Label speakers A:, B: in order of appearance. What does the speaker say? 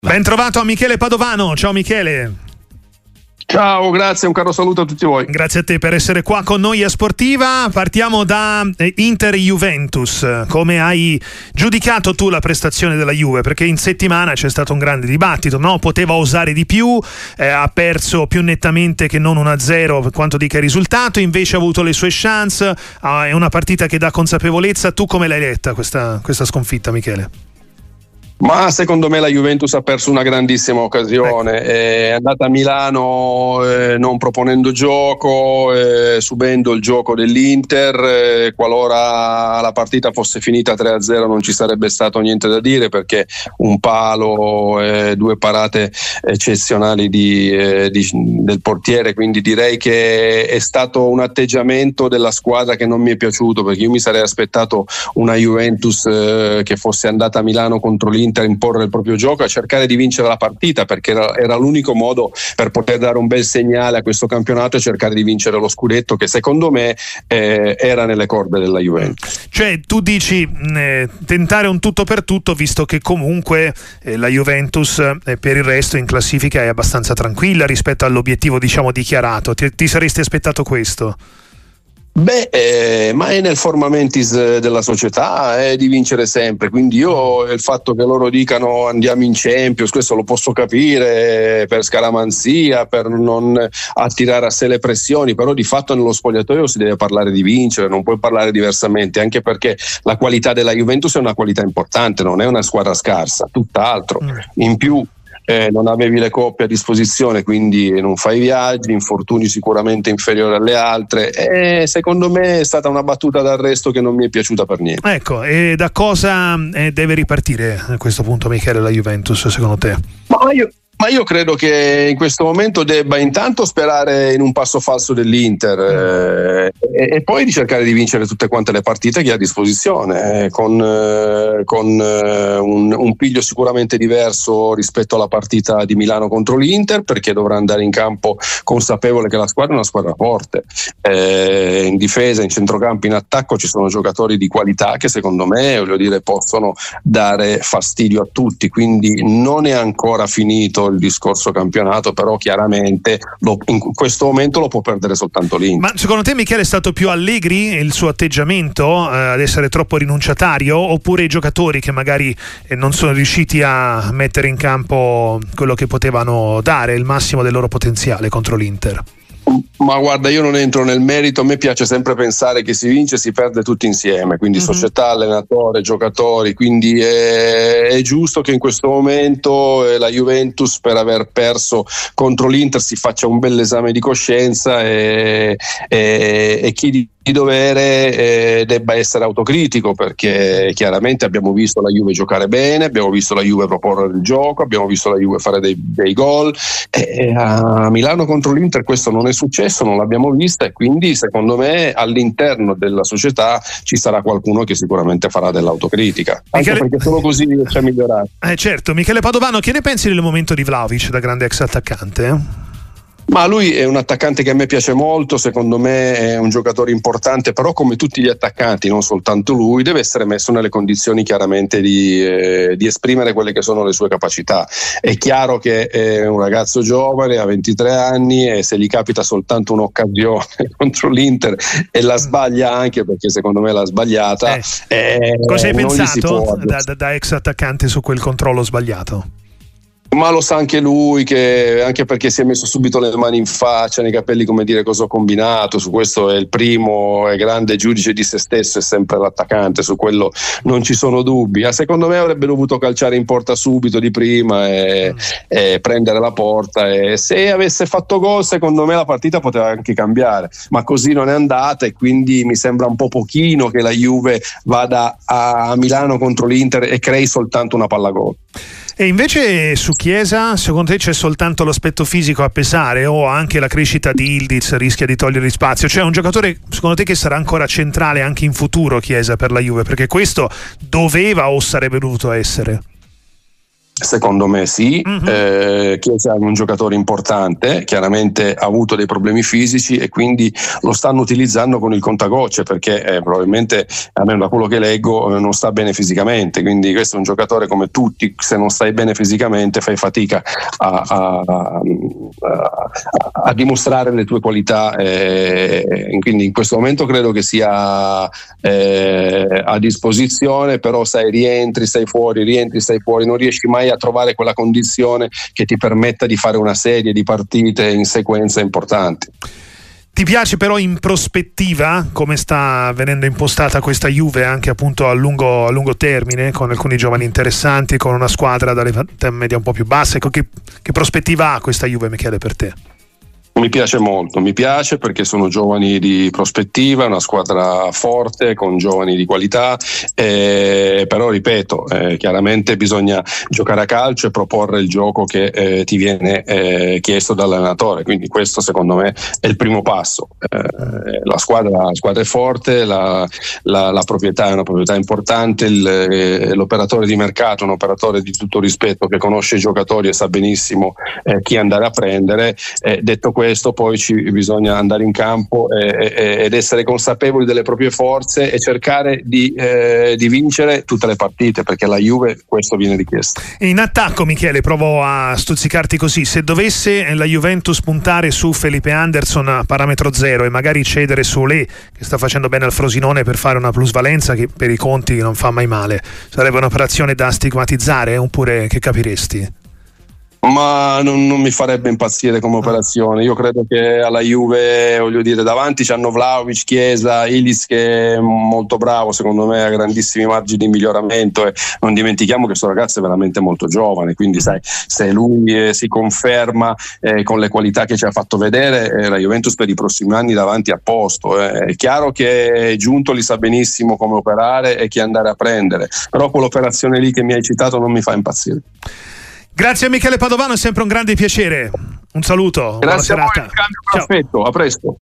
A: Ben trovato a Michele Padovano. Ciao Michele.
B: Ciao, grazie, un caro saluto a tutti voi.
A: Grazie a te per essere qua con noi a Sportiva. Partiamo da Inter-Juventus. Come hai giudicato tu la prestazione della Juve? Perché in settimana c'è stato un grande dibattito, no? Poteva osare di più, ha perso più nettamente che non 1-0 per quanto dica il risultato, invece ha avuto le sue chance, è una partita che dà consapevolezza. Tu come l'hai letta questa sconfitta, Michele?
B: Ma secondo me la Juventus ha perso una grandissima occasione, è andata a Milano non proponendo gioco, subendo il gioco dell'Inter, qualora la partita fosse finita 3-0 non ci sarebbe stato niente da dire, perché un palo, due parate eccezionali del portiere, quindi direi che è stato un atteggiamento della squadra che non mi è piaciuto, perché io mi sarei aspettato una Juventus che fosse andata a Milano contro l'Inter a imporre il proprio gioco, a cercare di vincere la partita, perché era l'unico modo per poter dare un bel segnale a questo campionato e cercare di vincere lo scudetto, che secondo me era nelle corde della Juventus.
A: Cioè tu dici tentare un tutto per tutto, visto che comunque la Juventus per il resto in classifica è abbastanza tranquilla rispetto all'obiettivo, diciamo, dichiarato. Ti saresti aspettato questo?
B: Ma è nel formamentis della società di vincere sempre, quindi io il fatto che loro dicano andiamo in Champions, questo lo posso capire per scaramanzia, per non attirare a sé le pressioni, però di fatto nello spogliatoio si deve parlare di vincere, non puoi parlare diversamente, anche perché la qualità della Juventus è una qualità importante, non è una squadra scarsa, tutt'altro. In più non avevi le coppe a disposizione, quindi non fai viaggi, infortuni sicuramente inferiori alle altre, e secondo me è stata una battuta d'arresto che non mi è piaciuta per niente.
A: Ecco, e da cosa deve ripartire a questo punto, Michele, la Juventus, secondo te?
B: Ma io credo che in questo momento debba intanto sperare in un passo falso dell'Inter e poi di cercare di vincere tutte quante le partite che ha a disposizione, con un piglio sicuramente diverso rispetto alla partita di Milano contro l'Inter, perché dovrà andare in campo consapevole che la squadra è una squadra forte. In difesa, in centrocampo, in attacco ci sono giocatori di qualità che secondo me, voglio dire, possono dare fastidio a tutti, quindi non è ancora finito il discorso campionato, però chiaramente in questo momento lo può perdere soltanto l'Inter.
A: Ma secondo te, Michele, è stato più Allegri il suo atteggiamento ad essere troppo rinunciatario, oppure i giocatori che magari non sono riusciti a mettere in campo quello che potevano dare, il massimo del loro potenziale contro l'Inter?
B: Ma guarda, io non entro nel merito, a me piace sempre pensare che si vince e si perde tutti insieme, quindi società, allenatore, giocatori, quindi è giusto che in questo momento la Juventus, per aver perso contro l'Inter, si faccia un bel esame di coscienza e chi di dovere debba essere autocritico, perché chiaramente abbiamo visto la Juve giocare bene, abbiamo visto la Juve proporre il gioco, abbiamo visto la Juve fare dei gol, e a Milano contro l'Inter questo non è successo, non l'abbiamo vista, e quindi secondo me all'interno della società ci sarà qualcuno che sicuramente farà dell'autocritica, anche perché solo così riesce a migliorare.
A: Certo. Michele Padovano, che ne pensi del momento di Vlahovic da grande ex attaccante?
B: Ma lui è un attaccante che a me piace molto, secondo me è un giocatore importante, però come tutti gli attaccanti, non soltanto lui, deve essere messo nelle condizioni chiaramente di esprimere quelle che sono le sue capacità. È chiaro che è un ragazzo giovane, ha 23 anni, e se gli capita soltanto un'occasione contro l'Inter e la sbaglia, anche perché secondo me l'ha sbagliata,
A: cosa hai pensato da ex attaccante su quel controllo sbagliato?
B: Ma lo sa anche lui, che anche perché si è messo subito le mani in faccia, nei capelli, come dire cosa ho combinato. Su questo è il primo, è grande giudice di se stesso, è sempre l'attaccante, su quello non ci sono dubbi. Secondo me avrebbe dovuto calciare in porta subito di prima e prendere la porta, e se avesse fatto gol secondo me la partita poteva anche cambiare, ma così non è andata, e quindi mi sembra un po' pochino che la Juve vada a Milano contro l'Inter e crei soltanto una palla gol.
A: E invece su Chiesa, secondo te c'è soltanto l'aspetto fisico a pesare, o anche la crescita di Ildiz rischia di togliergli spazio? Cioè un giocatore, secondo te, che sarà ancora centrale anche in futuro, Chiesa, per la Juve? Perché questo doveva o sarebbe dovuto essere?
B: Secondo me sì. Chiesa è un giocatore importante, chiaramente ha avuto dei problemi fisici e quindi lo stanno utilizzando con il contagocce, perché probabilmente, almeno da quello che leggo, non sta bene fisicamente, quindi questo è un giocatore come tutti, se non stai bene fisicamente fai fatica a dimostrare le tue qualità, quindi in questo momento credo che sia a disposizione, però sai, rientri, stai fuori, non riesci mai a trovare quella condizione che ti permetta di fare una serie di partite in sequenza importanti.
A: Ti piace però in prospettiva come sta venendo impostata questa Juve anche appunto a lungo termine, con alcuni giovani interessanti, con una squadra dalle media un po' più basse? Che prospettiva ha questa Juve, Michele, per te?
B: Mi piace molto, mi piace perché sono giovani di prospettiva, una squadra forte con giovani di qualità, però ripeto, chiaramente bisogna giocare a calcio e proporre il gioco che ti viene chiesto dall'allenatore, quindi questo secondo me è il primo passo. La squadra è forte, la proprietà è una proprietà importante, l'operatore di mercato è un operatore di tutto rispetto che conosce i giocatori e sa benissimo chi andare a prendere. Detto questo, poi bisogna andare in campo ed essere consapevoli delle proprie forze e cercare di vincere tutte le partite, perché alla Juve questo viene richiesto.
A: E in attacco, Michele, provo a stuzzicarti così: se dovesse la Juventus puntare su Felipe Anderson a parametro zero e magari cedere su Olé, che sta facendo bene al Frosinone, per fare una plusvalenza che per i conti non fa mai male, sarebbe un'operazione da stigmatizzare, oppure che capiresti?
B: Ma non mi farebbe impazzire come operazione. Io credo che alla Juve, voglio dire, davanti c'hanno Vlahovic, Chiesa, Illis, che è molto bravo, secondo me ha grandissimi margini di miglioramento, e non dimentichiamo che questo ragazzo è veramente molto giovane, quindi sai, se lui si conferma con le qualità che ci ha fatto vedere, la Juventus per i prossimi anni davanti a posto. È chiaro che Giuntoli sa benissimo come operare e chi andare a prendere, però quell'operazione lì che mi hai citato non mi fa impazzire.
A: Grazie a Michele Padovano, è sempre un grande piacere. Un saluto.
B: Grazie
A: buona serata.
B: A voi, perfetto, a presto.